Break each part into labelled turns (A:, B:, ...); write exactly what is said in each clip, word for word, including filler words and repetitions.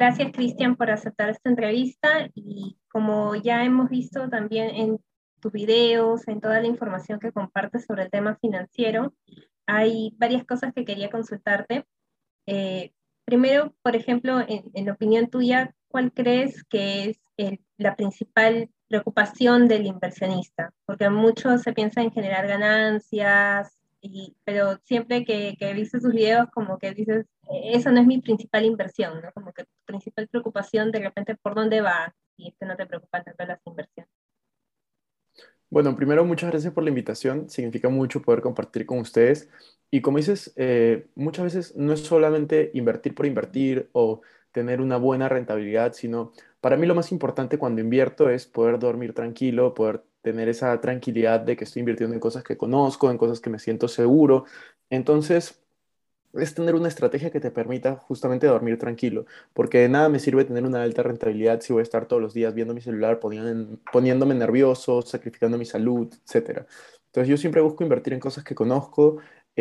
A: Gracias, Cristian, por aceptar esta entrevista y como ya hemos visto también en tus videos, en toda la información que compartes sobre el tema financiero, hay varias cosas que quería consultarte. Eh, Primero, por ejemplo, en, en opinión tuya, ¿cuál crees que es el- la principal preocupación del inversionista? Porque mucho se piensa en generar ganancias, y, pero siempre que, que he visto sus videos, como que dices, "Eh, esa no es mi principal inversión, ¿no? Como que tu principal preocupación de repente por dónde va, y es que no te preocupan tanto las inversiones".
B: Bueno, primero, muchas gracias por la invitación. Significa mucho poder compartir con ustedes. Y como dices, eh, muchas veces no es solamente invertir por invertir o tener una buena rentabilidad, sino para mí lo más importante cuando invierto es poder dormir tranquilo, poder tener esa tranquilidad de que estoy invirtiendo en cosas que conozco, en cosas que me siento seguro. Entonces, es tener una estrategia que te permita justamente dormir tranquilo, porque de nada me sirve tener una alta rentabilidad si voy a estar todos los días viendo mi celular, poniendo- poniéndome nervioso, sacrificando mi salud, etcétera. Entonces yo siempre busco invertir en cosas que conozco.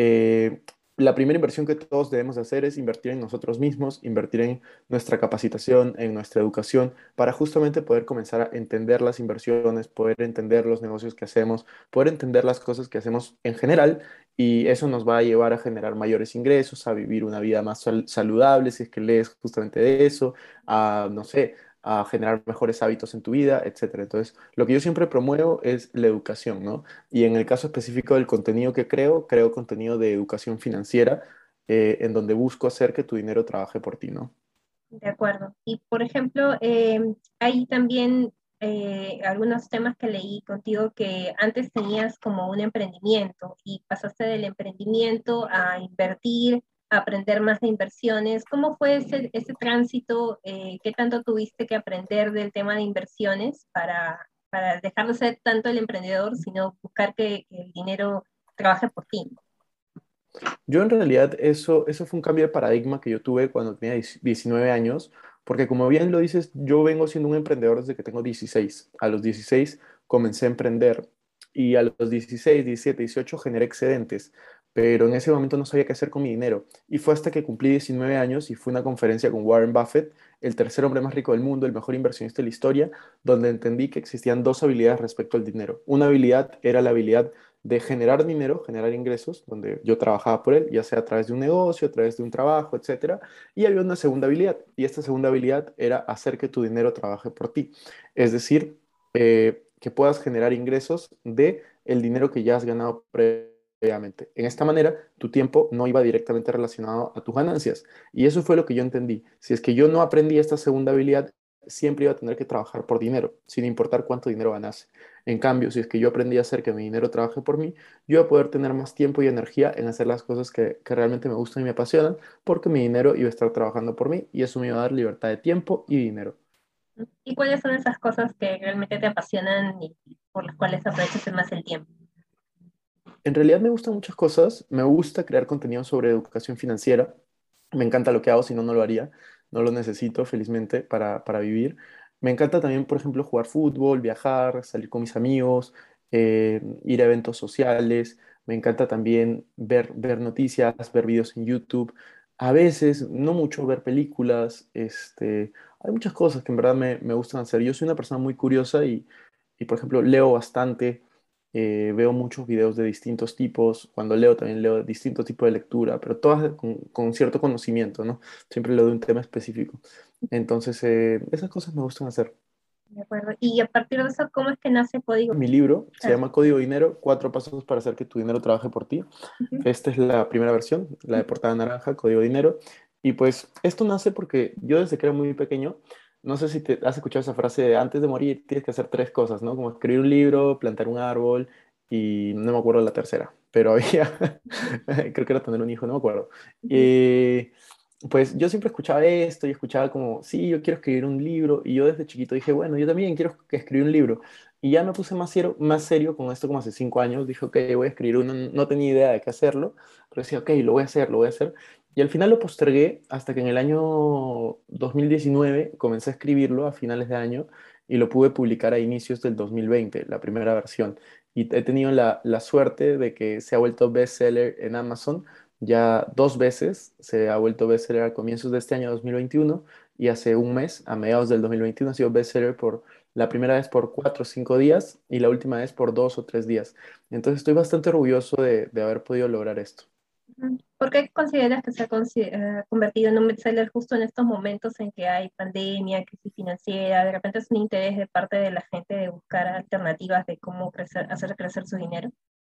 B: Eh, la primera inversión que todos debemos de hacer es invertir en nosotros mismos, invertir en nuestra capacitación, en nuestra educación, para justamente poder comenzar a entender las inversiones, poder entender los negocios que hacemos, poder entender las cosas que hacemos en general y eso nos va a llevar a generar mayores ingresos, a vivir una vida más sal- saludable, si es que lees justamente de eso, a, no sé, a generar mejores hábitos en tu vida, etcétera. Entonces, lo que yo siempre promuevo es la educación, ¿no? Y en el caso específico del contenido que creo, creo contenido de educación financiera, eh, en donde busco hacer que tu dinero trabaje por ti, ¿no?
A: De acuerdo. Y por ejemplo, eh, hay también eh, algunos temas que leí contigo que antes tenías como un emprendimiento y pasaste del emprendimiento a invertir, a aprender más de inversiones. ¿Cómo fue ese, ese tránsito? Eh, ¿qué tanto tuviste que aprender del tema de inversiones para, para dejar de ser tanto el emprendedor, sino buscar que, que el dinero trabaje por ti?
B: Yo en realidad eso, eso fue un cambio de paradigma que yo tuve cuando tenía diecinueve años, porque como bien lo dices, yo vengo siendo un emprendedor desde que tengo dieciséis. A los dieciséis comencé a emprender y a los dieciséis, diecisiete, dieciocho generé excedentes, pero en ese momento no sabía qué hacer con mi dinero. Y fue hasta que cumplí diecinueve años y fui a una conferencia con Warren Buffett, el tercer hombre más rico del mundo, el mejor inversionista de la historia, donde entendí que existían dos habilidades respecto al dinero. Una habilidad era la habilidad de generar dinero, generar ingresos, donde yo trabajaba por él, ya sea a través de un negocio, a través de un trabajo, etcétera. Y había una segunda habilidad, y esta segunda habilidad era hacer que tu dinero trabaje por ti. Es decir, eh, que puedas generar ingresos de el dinero que ya has ganado previamente. En esta manera, tu tiempo no iba directamente relacionado a tus ganancias. Y eso fue lo que yo entendí. Si es que yo no aprendí esta segunda habilidad, siempre iba a tener que trabajar por dinero, sin importar cuánto dinero ganase. En cambio, si es que yo aprendí a hacer que mi dinero trabaje por mí, yo voy a poder tener más tiempo y energía en hacer las cosas que, que realmente me gustan y me apasionan, porque mi dinero iba a estar trabajando por mí y eso me iba a dar libertad de tiempo y dinero.
A: ¿Y cuáles son esas cosas que realmente te apasionan y por las cuales aprovechas más el tiempo?
B: En realidad me gustan muchas cosas. Me gusta crear contenido sobre educación financiera. Me encanta lo que hago, si no, no lo haría. No lo necesito, felizmente, para, para vivir. Me encanta también, por ejemplo, jugar fútbol, viajar, salir con mis amigos, eh, ir a eventos sociales. Me encanta también ver, ver noticias, ver videos en YouTube. A veces, no mucho, ver películas. Este, hay muchas cosas que en verdad me, me gustan hacer. Yo soy una persona muy curiosa y, y por ejemplo, leo bastante. Eh, veo muchos videos de distintos tipos. Cuando leo también leo distintos tipos de lectura, pero todas con, con cierto conocimiento, ¿no? Siempre leo de un tema específico. Entonces, eh, esas cosas me gustan hacer.
A: De acuerdo. Y a partir de eso, ¿cómo es que nace Código?
B: Mi libro se
A: Ah,
B: llama Código Dinero, cuatro pasos para hacer que tu dinero trabaje por ti.
A: ujú.
B: Esta es la primera versión, la de portada naranja, Código Dinero. Y pues esto nace porque yo desde que era muy pequeño, no sé si te has escuchado esa frase de antes de morir tienes que hacer tres cosas, ¿no? Como escribir un libro, plantar un árbol y no me acuerdo la tercera, pero había, creo que era tener un hijo, no me acuerdo.
A: Ujú.
B: Y pues yo siempre escuchaba esto y escuchaba como, sí, yo quiero escribir un libro. Y yo desde chiquito dije, bueno, yo también quiero que escribir un libro. Y ya me puse más serio, más serio con esto como hace cinco años. Dije, ok, voy a escribir uno. No tenía idea de qué hacerlo, pero decía, ok, lo voy a hacer, lo voy a hacer. Y al final lo postergué hasta que en el año dos mil diecinueve comencé a escribirlo a finales de año y lo pude publicar a inicios del dos mil veinte, la primera versión. Y he tenido la, la suerte de que se ha vuelto bestseller en Amazon ya dos veces. Se ha vuelto bestseller a comienzos de este año dos mil veintiuno y hace un mes, a mediados del dos mil veintiuno, ha sido bestseller por la primera vez por cuatro o cinco días y la última vez por dos o tres días. Entonces estoy bastante orgulloso de, de haber podido lograr esto.
A: Ujú. ¿Por qué consideras que se ha consi- eh, convertido en un bestseller justo en estos momentos en que hay pandemia, crisis financiera? De repente es un interés de parte de la gente de buscar alternativas de cómo crecer, hacer crecer su dinero.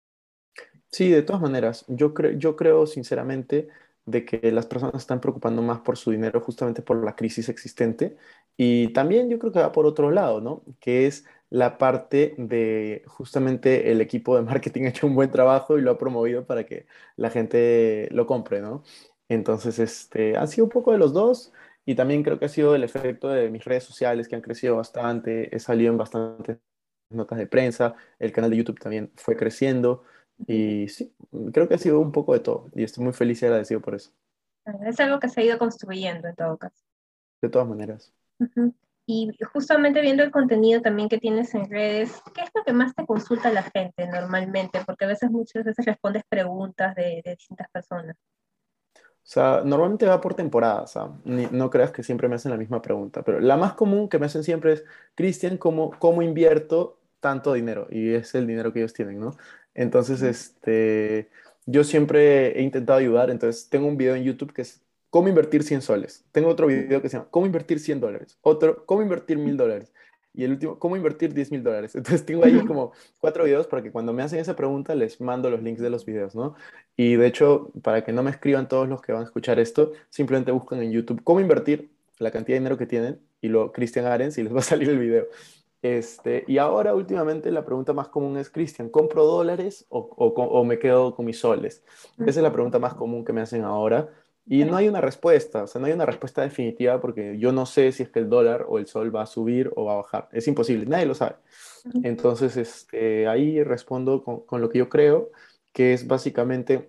B: Sí, de todas maneras, yo creo, yo creo sinceramente de que las personas están preocupando más por su dinero justamente por la crisis existente y también yo creo que va por otro lado, ¿no? Que es la parte de justamente el equipo de marketing ha hecho un buen trabajo y lo ha promovido para que la gente lo compre, ¿no? Entonces, este, ha sido un poco de los dos y también creo que ha sido el efecto de mis redes sociales que han crecido bastante, he salido en bastantes notas de prensa, el canal de YouTube también fue creciendo. Y sí, creo que ha sido un poco de todo y estoy muy feliz y agradecido por eso,
A: Es algo que se ha ido construyendo en todo caso.
B: de todas maneras.
A: Ujú. Y justamente viendo el contenido también que tienes en redes, ¿qué es lo que más te consulta la gente normalmente? Porque a veces, muchas veces respondes preguntas de, de distintas personas.
B: O sea, normalmente va por temporadas, ¿ah? Ni- no creas que siempre me hacen la misma pregunta, pero la más común que me hacen siempre es, Cristian, ¿cómo, cómo invierto tanto dinero? Y es el dinero que ellos tienen, ¿no? Entonces, este, yo siempre he intentado ayudar, entonces tengo un video en YouTube que es cómo invertir cien soles. Tengo otro video que se llama cómo invertir cien dólares. Otro, cómo invertir mil dólares. Y el último, cómo invertir diez mil dólares. Entonces tengo ahí como cuatro videos para que cuando me hacen esa pregunta les mando los links de los videos, ¿no? Y de hecho, para que no me escriban todos los que van a escuchar esto, simplemente buscan en YouTube cómo invertir la cantidad de dinero que tienen y lo Cristian Arens y les va a salir el video. Este, y ahora últimamente la pregunta más común es, Cristian, ¿compro dólares o, o, o me quedo con mis soles? Esa es la pregunta más común que me hacen ahora. Y no hay una respuesta, o sea, no hay una respuesta definitiva porque yo no sé si es que el dólar o el sol va a subir o va a bajar. Es imposible, nadie lo sabe. Entonces, este, ahí respondo con, con lo que yo creo, que es básicamente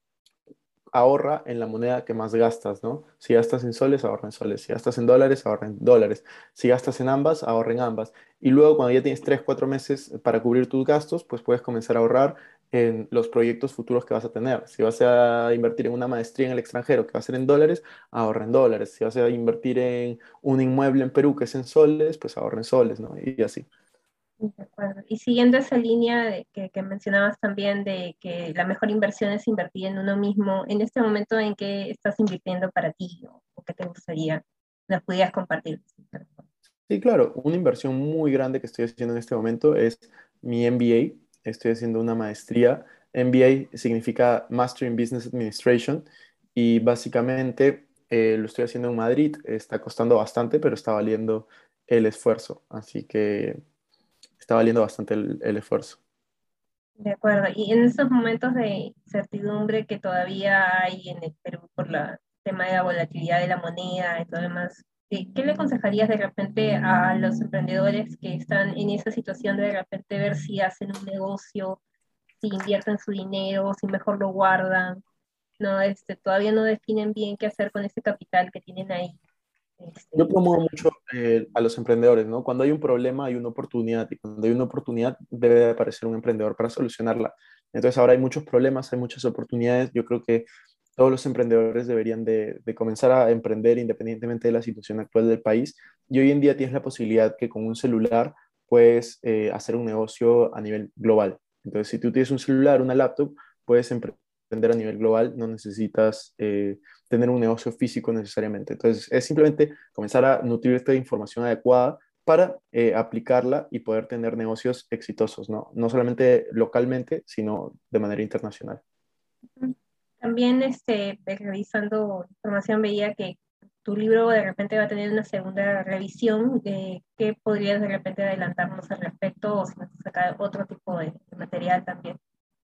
B: ahorra en la moneda que más gastas, ¿no? Si gastas en soles, ahorra en soles. Si gastas en dólares, ahorra en dólares. Si gastas en ambas, ahorra en ambas. Y luego, cuando ya tienes tres, cuatro meses para cubrir tus gastos, pues puedes comenzar a ahorrar en los proyectos futuros que vas a tener. Si vas a invertir en una maestría en el extranjero que va a ser en dólares, ahorra en dólares. Si vas a invertir en un inmueble en Perú que es en soles, pues ahorra en soles, ¿no? Y así.
A: De acuerdo. Y siguiendo esa línea de que, que mencionabas también de que la mejor inversión es invertir en uno mismo, en este momento en que estás invirtiendo para ti o, o qué te gustaría, nos pudieras compartir.
B: Sí, claro, una inversión muy grande que estoy haciendo en este momento es mi M B A. Estoy haciendo una maestría. M B A significa Master in Business Administration y básicamente eh, lo estoy haciendo en Madrid. Está costando bastante, pero está valiendo el esfuerzo. Así que está valiendo bastante el, el esfuerzo.
A: De acuerdo. Y en estos momentos de incertidumbre que todavía hay en el Perú por la tema de la volatilidad de la moneda y todo lo demás, ¿qué, qué le aconsejarías de repente a los emprendedores que están en esa situación de de repente ver si hacen un negocio, si invierten su dinero, si mejor lo guardan? No, este, todavía no definen bien qué hacer con ese capital que tienen ahí.
B: Yo
A: Este,
B: promuevo mucho eh, a los emprendedores, ¿no? Cuando hay un problema hay una oportunidad y cuando hay una oportunidad debe de aparecer un emprendedor para solucionarla. Entonces ahora hay muchos problemas, hay muchas oportunidades. Yo creo que todos los emprendedores deberían de, de comenzar a emprender independientemente de la situación actual del país. Y hoy en día tienes la posibilidad que con un celular puedes eh, hacer un negocio a nivel global. Entonces si tú tienes un celular, una laptop, puedes emprender a nivel global, no necesitas... eh, tener un negocio físico necesariamente. Entonces, es simplemente comenzar a nutrirte de información adecuada para eh, aplicarla y poder tener negocios exitosos, ¿no? No solamente localmente, sino de manera internacional.
A: también este, pues, revisando información veía que tu libro de repente va a tener una segunda revisión. De ¿qué podrías de repente adelantarnos al respecto o si nos saca otro tipo de, de material también?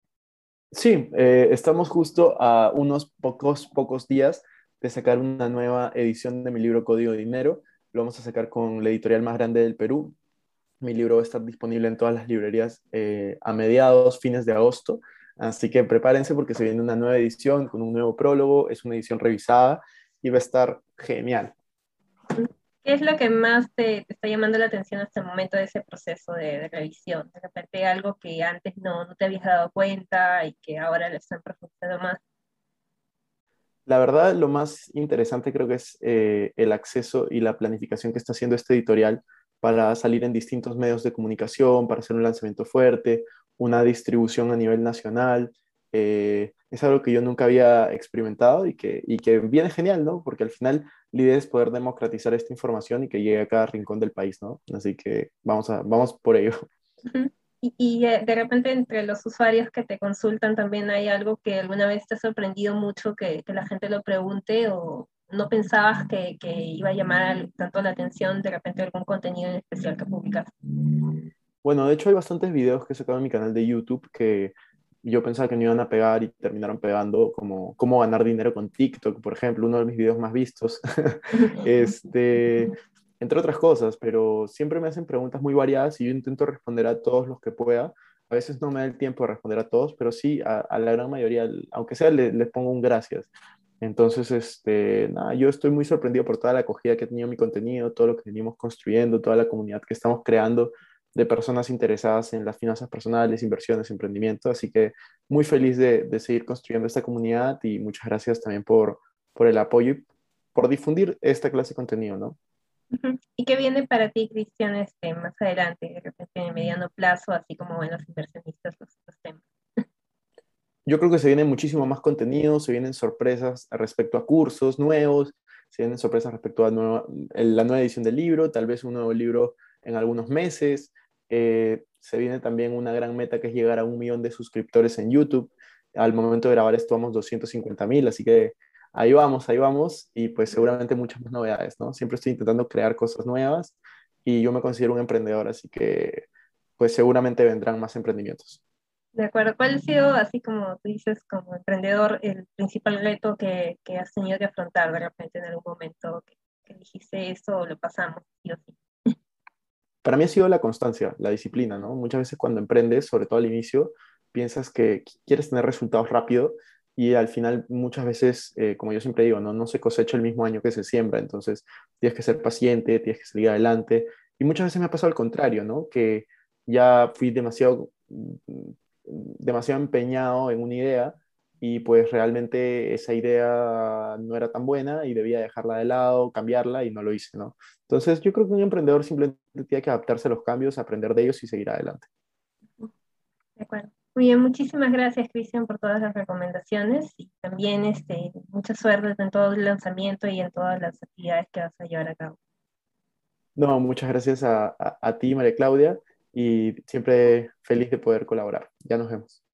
B: Sí, eh, estamos justo a unos pocos, pocos días de sacar una nueva edición de mi libro Código de Dinero. Lo vamos a sacar con la editorial más grande del Perú. Mi libro va a estar disponible en todas las librerías eh, a mediados, fines de agosto. Así que prepárense porque se viene una nueva edición con un nuevo prólogo. Es una edición revisada y va a estar genial.
A: ¿Qué es lo que más te, te está llamando la atención hasta el momento de ese proceso de, de revisión? De repente algo que antes no, no te habías dado cuenta y que ahora lo están profundizando más.
B: La verdad, lo más interesante creo que es eh, el acceso y la planificación que está haciendo este editorial para salir en distintos medios de comunicación, para hacer un lanzamiento fuerte, una distribución a nivel nacional. Eh, es algo que yo nunca había experimentado y que, y que viene genial, ¿no? Porque al final la idea es poder democratizar esta información y que llegue a cada rincón del país, ¿no? Así que vamos a, vamos por ello.
A: Ujú. Y, y eh, de repente entre los usuarios que te consultan también hay algo que alguna vez te ha sorprendido mucho que, que la gente lo pregunte o no pensabas que, que iba a llamar tanto la atención de repente algún contenido en especial que publicas.
B: Bueno, de hecho hay bastantes videos que he sacado en mi canal de YouTube que yo pensaba que no iban a pegar y terminaron pegando, como cómo ganar dinero con TikTok, por ejemplo, uno de mis videos más vistos. Este, entre otras cosas, pero siempre me hacen preguntas muy variadas y yo intento responder a todos los que pueda. A veces no me da el tiempo de responder a todos, pero sí, a, a la gran mayoría, aunque sea, le- les pongo un gracias. Entonces, este, nada, yo estoy muy sorprendido por toda la acogida que ha tenido mi contenido, todo lo que venimos construyendo, toda la comunidad que estamos creando de personas interesadas en las finanzas personales, inversiones, emprendimiento. Así que muy feliz de, de seguir construyendo esta comunidad y muchas gracias también por, por el apoyo y por difundir esta clase de contenido, ¿no?
A: Ujú. ¿Y qué viene para ti, Cristian, este, más adelante, de repente en el mediano plazo, así como ven los inversionistas los, los temas?
B: Yo creo que se viene muchísimo más contenido, se vienen sorpresas respecto a cursos nuevos, se vienen sorpresas respecto a nueva- la nueva edición del libro, tal vez un nuevo libro en algunos meses. Eh, se viene también una gran meta que es llegar a un millón de suscriptores en YouTube. Al momento de grabar esto vamos doscientos cincuenta mil, así que ahí vamos, ahí vamos y pues seguramente muchas más novedades, ¿no? Siempre estoy intentando crear cosas nuevas y yo me considero un emprendedor, así que pues seguramente vendrán más emprendimientos.
A: De acuerdo, ¿cuál ha sido, así como tú dices, como emprendedor, el principal reto que, que has tenido que afrontar de repente en algún momento que, que dijiste esto lo pasamos, sí o sí?
B: Para mí ha sido la constancia, la disciplina, ¿no? Muchas veces cuando emprendes, sobre todo al inicio, piensas que qu- quieres tener resultados rápido y al final muchas veces, eh, como yo siempre digo, ¿no? No se cosecha el mismo año que se siembra, entonces tienes que ser paciente, tienes que salir adelante y muchas veces me ha pasado al contrario, ¿no? Que ya fui demasiado, mm, demasiado empeñado en una idea y pues realmente esa idea no era tan buena y debía dejarla de lado, cambiarla y no lo hice, ¿no? Entonces, yo creo que un emprendedor simplemente tiene que adaptarse a los cambios, aprender de ellos y seguir adelante.
A: De acuerdo. Muy bien, muchísimas gracias, Cristian, por todas las recomendaciones y también este, mucha suerte en todo el lanzamiento y en todas las actividades que vas a llevar a cabo.
B: No, muchas gracias a, a, a ti, María Claudia, y siempre feliz de poder colaborar. Ya nos vemos.